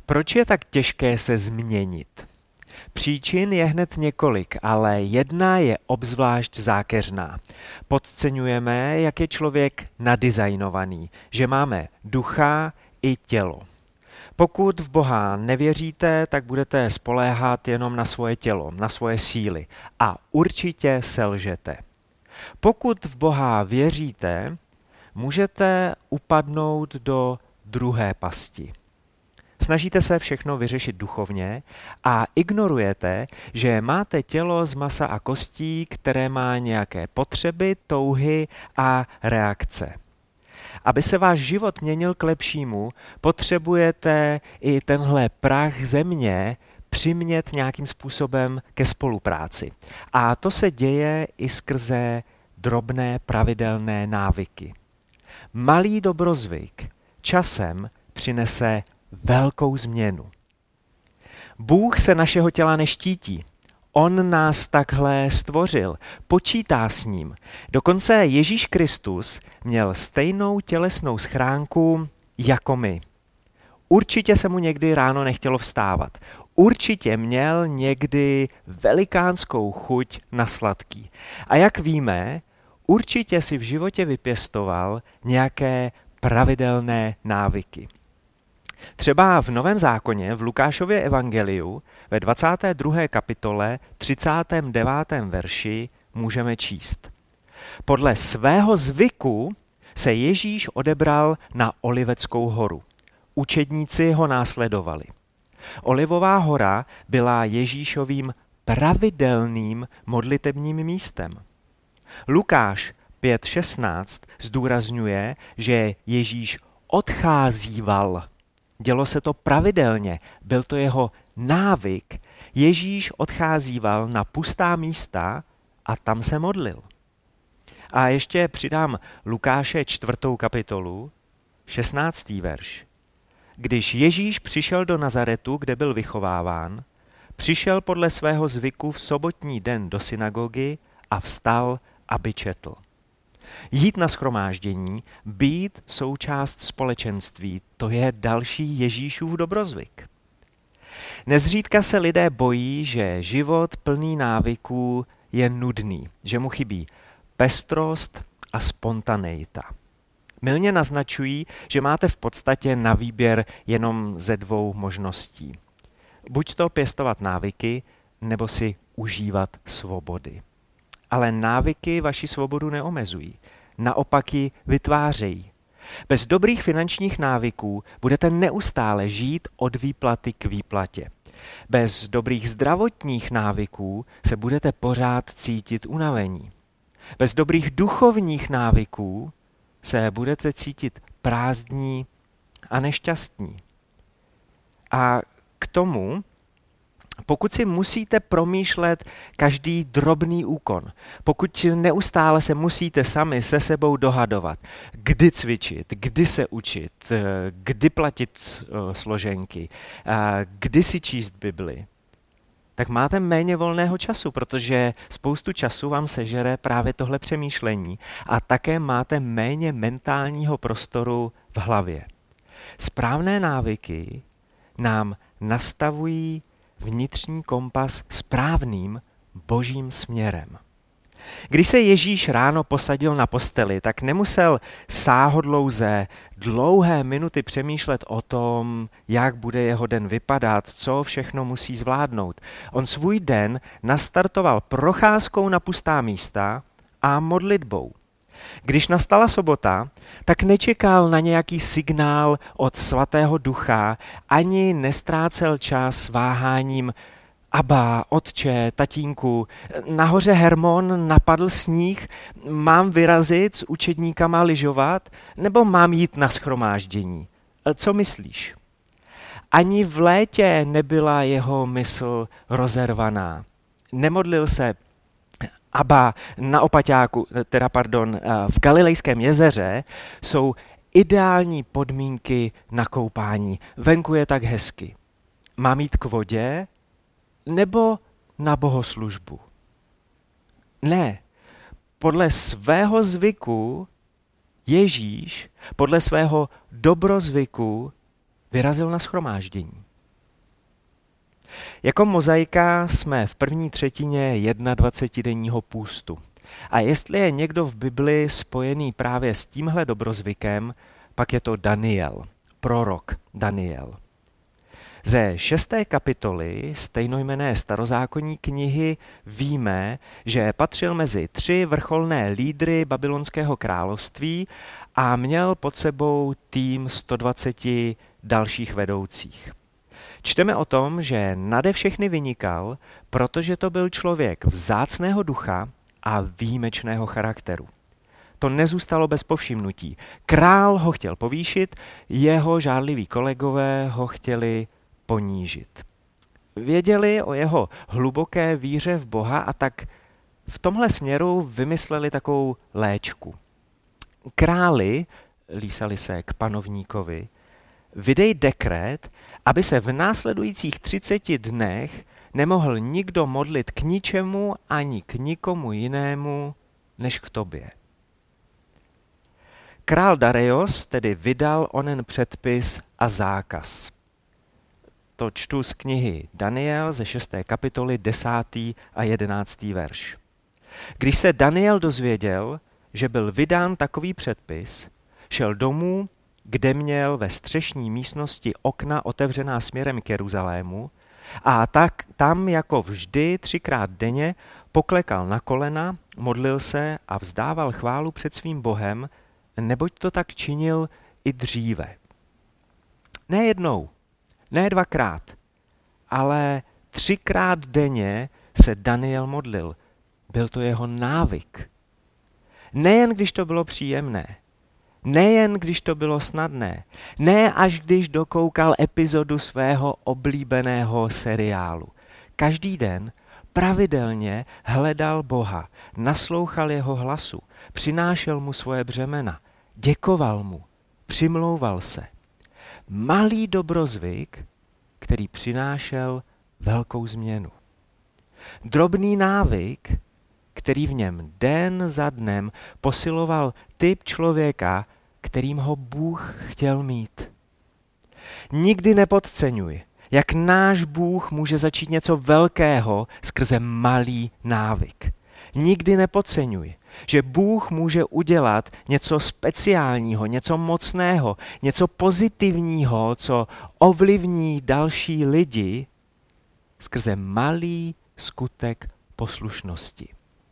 Proč je tak těžké se změnit? Příčin je hned několik, ale jedna je obzvlášť zákeřná. Podceňujeme, jak je člověk nadizajnovaný, že máme ducha i tělo. Pokud v Boha nevěříte, tak budete spoléhat jenom na svoje tělo, na svoje síly a určitě selžete. Pokud v Boha věříte, můžete upadnout do druhé pasti. Snažíte se všechno vyřešit duchovně a ignorujete, že máte tělo z masa a kostí, které má nějaké potřeby, touhy a reakce. Aby se váš život měnil k lepšímu, potřebujete i tenhle prach země přimět nějakým způsobem ke spolupráci. A to se děje i skrze drobné pravidelné návyky. Malý dobrozvyk časem přinese velkou změnu. Bůh se našeho těla neštítí. On nás takhle stvořil, počítá s ním. Dokonce Ježíš Kristus měl stejnou tělesnou schránku jako my. Určitě se mu někdy ráno nechtělo vstávat. Určitě měl někdy velikánskou chuť na sladký. A jak víme, určitě si v životě vypěstoval nějaké pravidelné návyky. Třeba v Novém zákoně v Lukášově evangeliu ve 22. kapitole 39. verši můžeme číst. Podle svého zvyku se Ježíš odebral na Oliveckou horu. Učedníci ho následovali. Olivová hora byla Ježíšovým pravidelným modlitebním místem. Lukáš 5.16 zdůrazňuje, že Ježíš odcházíval. Dělo se to pravidelně, byl to jeho návyk. Ježíš odcházíval na pustá místa a tam se modlil. A ještě přidám Lukáše 4. kapitolu, 16. verš. Když Ježíš přišel do Nazaretu, kde byl vychováván, přišel podle svého zvyku v sobotní den do synagogy a vstal, aby četl. Jít na shromáždění, být součást společenství, to je další Ježíšův dobrozvyk. Nezřídka se lidé bojí, že život plný návyků je nudný, že mu chybí pestrost a spontaneita. Mylně naznačují, že máte v podstatě na výběr jenom ze dvou možností. Buď to pěstovat návyky, nebo si užívat svobody. Ale návyky vaši svobodu neomezují, naopak ji vytvářejí. Bez dobrých finančních návyků budete neustále žít od výplaty k výplatě. Bez dobrých zdravotních návyků se budete pořád cítit unavení. Bez dobrých duchovních návyků se budete cítit prázdní a nešťastní. A k tomu, pokud si musíte promýšlet každý drobný úkon, pokud neustále se musíte sami se sebou dohadovat, kdy cvičit, kdy se učit, kdy platit složenky, kdy si číst Bibli, tak máte méně volného času, protože spoustu času vám sežere právě tohle přemýšlení a také máte méně mentálního prostoru v hlavě. Správné návyky nám nastavují vnitřní kompas správným božím směrem. Když se Ježíš ráno posadil na posteli, tak nemusel sáhodlouze dlouhé minuty přemýšlet o tom, jak bude jeho den vypadat, co všechno musí zvládnout. On svůj den nastartoval procházkou na pustá místa a modlitbou. Když nastala sobota, tak nečekal na nějaký signál od svatého ducha, ani nestrácel čas váháním Abba, otče, tatínku, nahoře Hermon napadl sníh, mám vyrazit s učedníkama lyžovat, nebo mám jít na shromáždění? Co myslíš? Ani v létě nebyla jeho mysl rozervaná. Nemodlil se Abba na Opaťáku, v Galilejském jezeře jsou ideální podmínky na koupání. Venku je tak hezky. Mám jít k vodě nebo na bohoslužbu? Ne. Podle svého zvyku Ježíš, podle svého dobrozvyku vyrazil na shromáždění. Jako Mozaika jsme v první třetině 21denního půstu. A jestli je někdo v Bibli spojený právě s tímhle dobrozvykem, pak je to Daniel, prorok Daniel. Ze 6. kapitoly stejnojmenné starozákonní knihy víme, že patřil mezi 3 vrcholné lídry babylonského království a měl pod sebou tým 120 dalších vedoucích. Čteme o tom, že nade všechny vynikal, protože to byl člověk vzácného ducha a výjimečného charakteru. To nezůstalo bez povšimnutí. Král ho chtěl povýšit, jeho žárliví kolegové ho chtěli ponížit. Věděli o jeho hluboké víře v Boha a tak v tomhle směru vymysleli takovou léčku. Králi, lísali se k panovníkovi, vydej dekret, aby se v následujících 30 dnech nemohl nikdo modlit k ničemu ani k nikomu jinému, než k tobě. Král Darius tedy vydal onen předpis a zákaz. To čtu z knihy Daniel ze 6. kapitoly 10. a 11. verš. Když se Daniel dozvěděl, že byl vydán takový předpis, šel domů, kde měl ve střešní místnosti okna otevřená směrem k Jeruzalému a tak tam jako vždy 3krát denně poklekal na kolena, modlil se a vzdával chválu před svým Bohem, neboť to tak činil i dříve. Ne jednou, ne 2krát, ale 3krát denně se Daniel modlil. Byl to jeho návyk. Nejen když to bylo příjemné, nejen když to bylo snadné, ne až když dokoukal epizodu svého oblíbeného seriálu. Každý den pravidelně hledal Boha, naslouchal jeho hlasu, přinášel mu svoje břemena, děkoval mu, přimlouval se. Malý dobrozvyk, který přinášel velkou změnu. Drobný návyk, který v něm den za dnem posiloval typ člověka, kterým ho Bůh chtěl mít. Nikdy nepodceňuj, jak náš Bůh může začít něco velkého skrze malý návyk. Nikdy nepodceňuj, že Bůh může udělat něco speciálního, něco mocného, něco pozitivního, co ovlivní další lidi skrze malý skutek poslušnosti.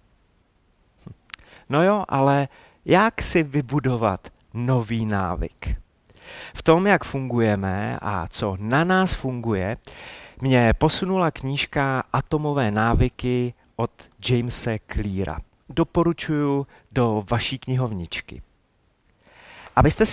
No jo, ale jak si vybudovat nový návyk? V tom, jak fungujeme a co na nás funguje, mě posunula knížka Atomové návyky od Jamese Cleara. Doporučuji do vaší knihovničky. Abyste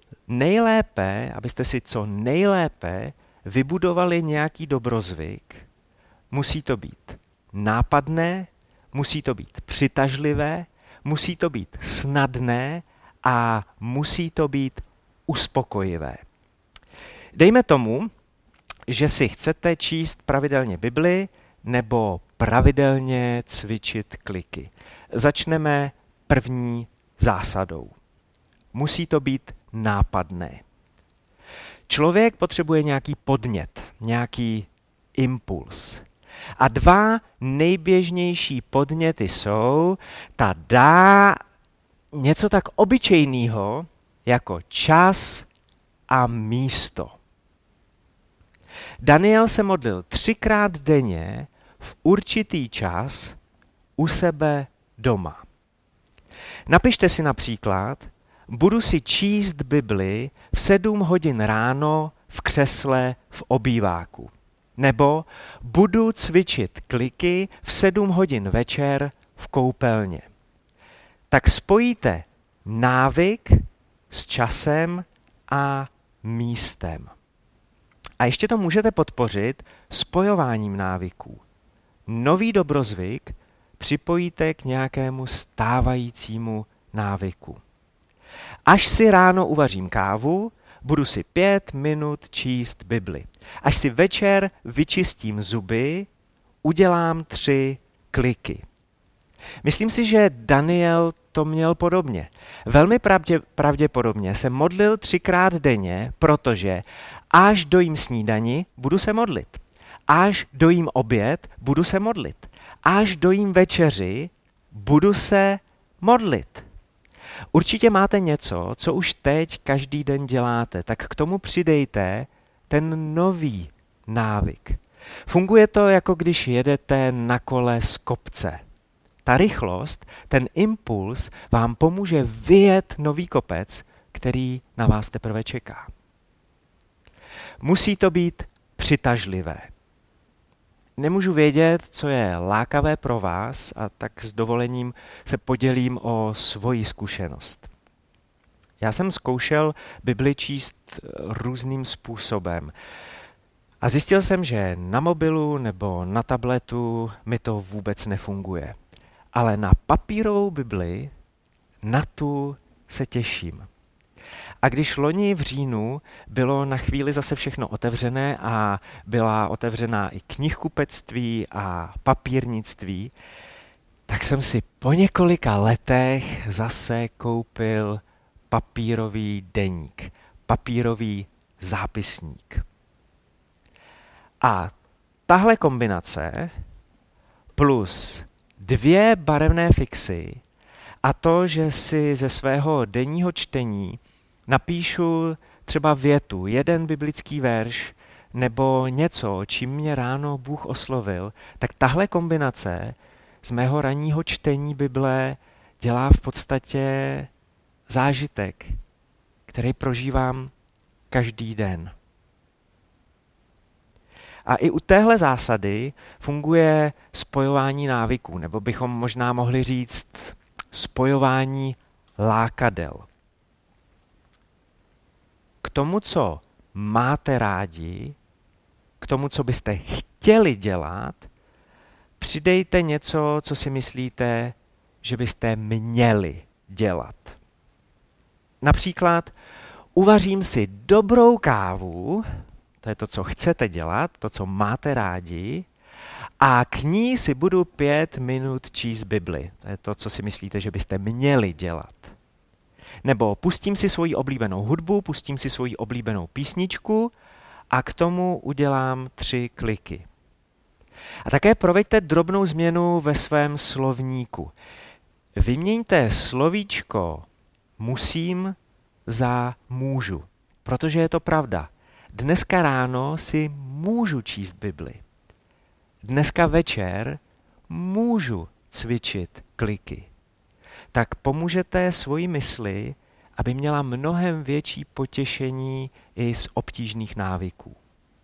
si co nejlépe vybudovali nějaký dobrozvyk, musí to být nápadné, musí to být přitažlivé, musí to být snadné a musí to být uspokojivé. Dejme tomu, že si chcete číst pravidelně Bibli nebo pravidelně cvičit kliky. Začneme první zásadou. Musí to být nápadné. Člověk potřebuje nějaký podnět, nějaký impuls. A 2 nejběžnější podněty jsou něco tak obyčejného jako čas a místo. Daniel se modlil 3krát denně v určitý čas u sebe doma. Napište si například, budu si číst Bibli v 7 hodin ráno v křesle v obýváku. Nebo budu cvičit kliky v 7 hodin večer v koupelně. Tak spojíte návyk s časem a místem. A ještě to můžete podpořit spojováním návyků. Nový dobrozvyk připojíte k nějakému stávajícímu návyku. Až si ráno uvařím kávu, budu si 5 minut číst Bibli. Až si večer vyčistím zuby, udělám 3 kliky. Myslím si, že Daniel to měl podobně. Velmi pravděpodobně se modlil 3krát denně, protože až dojím snídani, budu se modlit. Až dojím oběd, budu se modlit. Až dojím večeři, budu se modlit. Určitě máte něco, co už teď každý den děláte, tak k tomu přidejte ten nový návyk. Funguje to, jako když jedete na kole z kopce. Ta rychlost, ten impuls vám pomůže vyjet nový kopec, který na vás teprve čeká. Musí to být přitažlivé. Nemůžu vědět, co je lákavé pro vás, a tak s dovolením se podělím o svoji zkušenost. Já jsem zkoušel Bibli číst různým způsobem a zjistil jsem, že na mobilu nebo na tabletu mi to vůbec nefunguje. Ale na papírovou Bibli, na tu se těším. A když loni v říjnu bylo na chvíli zase všechno otevřené a byla otevřená i knihkupectví a papírnictví, tak jsem si po několika letech zase koupil papírový deník, papírový zápisník. A tahle kombinace plus 2 barevné fixy a to, že si ze svého denního čtení napíšu třeba větu, 1 biblický verš nebo něco, čím mě ráno Bůh oslovil, tak tahle kombinace z mého ranního čtení Bible dělá v podstatě zážitek, který prožívám každý den. A i u téhle zásady funguje spojování návyků, nebo bychom možná mohli říct spojování lákadel. K tomu, co máte rádi, k tomu, co byste chtěli dělat, přidejte něco, co si myslíte, že byste měli dělat. Například uvařím si dobrou kávu, to je to, co chcete dělat, to, co máte rádi, a k ní si budu 5 minut číst Bibli. To je to, co si myslíte, že byste měli dělat. Nebo pustím si svoji oblíbenou hudbu, pustím si svoji oblíbenou písničku a k tomu udělám 3 kliky. A také proveďte drobnou změnu ve svém slovníku. Vyměňte slovíčko musím za můžu, protože je to pravda. Dneska ráno si můžu číst Bibli. Dneska večer můžu cvičit kliky. Tak pomůžete svoji mysli, aby měla mnohem větší potěšení i z obtížných návyků.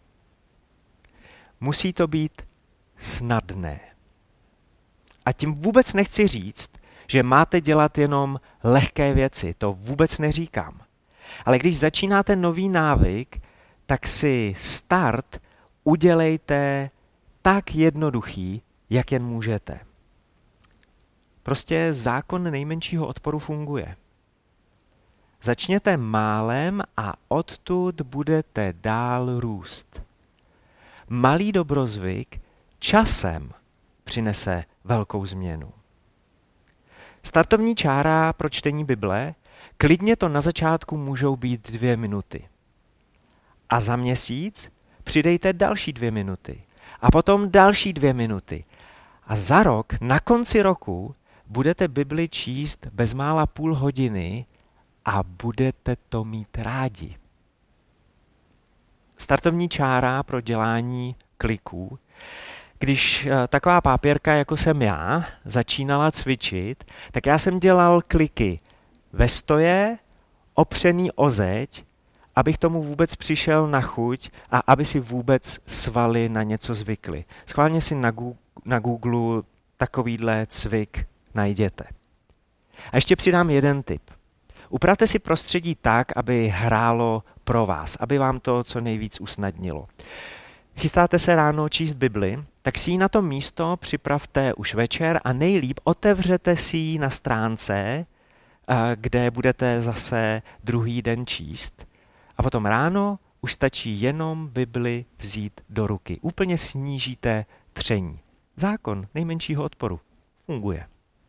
Musí to být snadné. A tím vůbec nechci říct, že máte dělat jenom lehké věci, to vůbec neříkám. Ale když začínáte nový návyk, tak si start udělejte tak jednoduchý, jak jen můžete. Prostě zákon nejmenšího odporu funguje. Začněte málem a odtud budete dál růst. Malý dobrozvyk časem přinese velkou změnu. Startovní čára pro čtení Bible, klidně to na začátku můžou být 2 minuty. A za měsíc přidejte další 2 minuty. A potom další 2 minuty. A za rok, na konci roku, budete Bibli číst bezmála půl hodiny a budete to mít rádi. Startovní čára pro dělání kliků. Když taková pápěrka, jako jsem já, začínala cvičit, tak já jsem dělal kliky ve stoje, opřený o zeď, abych tomu vůbec přišel na chuť a aby si vůbec svaly na něco zvykly. Schválně si na Google takovýhle cvik najděte. A ještě přidám jeden tip. Upravte si prostředí tak, aby hrálo pro vás, aby vám to co nejvíc usnadnilo. Chystáte se ráno číst Bibli, tak si ji na to místo připravte už večer a nejlíp otevřete si ji na stránce, kde budete zase druhý den číst. A potom ráno už stačí jenom Bibli vzít do ruky. Úplně snížíte tření. Zákon nejmenšího odporu funguje.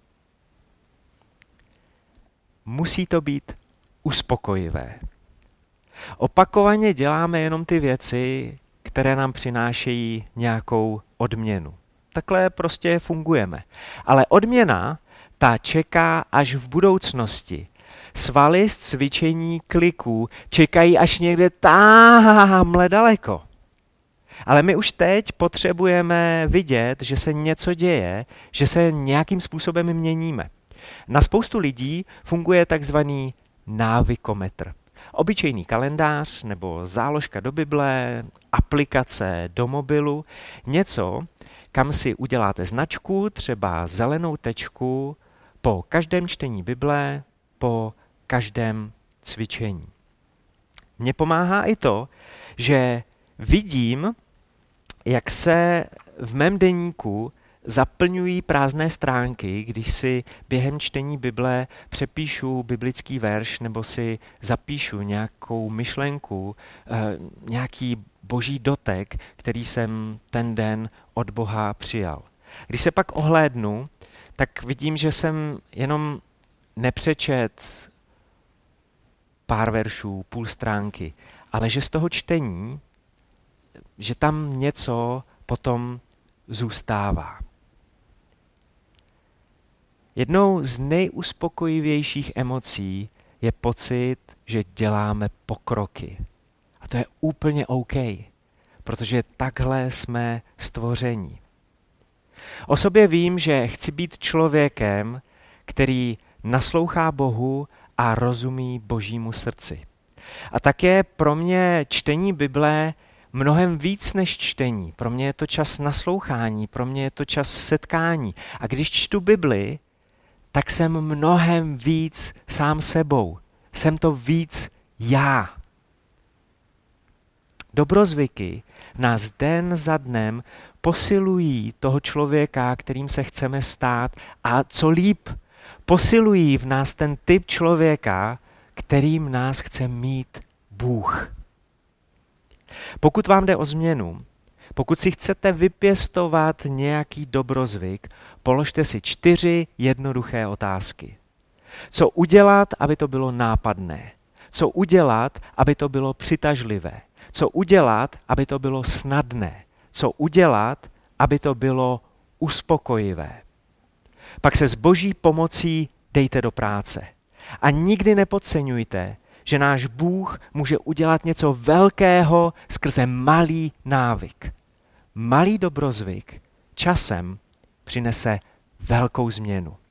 Musí to být uspokojivé. Opakovaně děláme jenom ty věci, které nám přinášejí nějakou odměnu. Takhle prostě fungujeme. Ale odměna, ta čeká až v budoucnosti. Svaly z cvičení kliků čekají až někde tamhle daleko. Ale my už teď potřebujeme vidět, že se něco děje, že se nějakým způsobem měníme. Na spoustu lidí funguje takzvaný návykometr. Obyčejný kalendář nebo záložka do Bible, aplikace do mobilu, něco, kam si uděláte značku, třeba zelenou tečku, po každém čtení Bible, po každém cvičení. Mně pomáhá i to, že vidím, jak se v mém deníku zaplňují prázdné stránky, když si během čtení Bible přepíšu biblický verš nebo si zapíšu nějakou myšlenku, nějaký boží dotek, který jsem ten den od Boha přijal. Když se pak ohlédnu, tak vidím, že jsem jenom nepřečet pár veršů, půl stránky, ale že z toho čtení, že tam něco potom zůstává. Jednou z nejuspokojivějších emocí je pocit, že děláme pokroky. A to je úplně OK, protože takhle jsme stvoření. O sobě vím, že chci být člověkem, který naslouchá Bohu a rozumí Božímu srdci. A tak je pro mě čtení Bible mnohem víc než čtení. Pro mě je to čas naslouchání, pro mě je to čas setkání. A když čtu Bibli, tak jsem mnohem víc sám sebou. Jsem to víc já. Dobrozvyky nás den za dnem posilují toho člověka, kterým se chceme stát, a co líp, posilují v nás ten typ člověka, kterým nás chce mít Bůh. Pokud vám jde o změnu, pokud si chcete vypěstovat nějaký dobrozvyk, položte si 4 jednoduché otázky. Co udělat, aby to bylo nápadné? Co udělat, aby to bylo přitažlivé? Co udělat, aby to bylo snadné? Co udělat, aby to bylo uspokojivé? Pak se s Boží pomocí dejte do práce. A nikdy nepodceňujte, že náš Bůh může udělat něco velkého skrze malý návyk. Malý dobrozvyk časem přinese velkou změnu.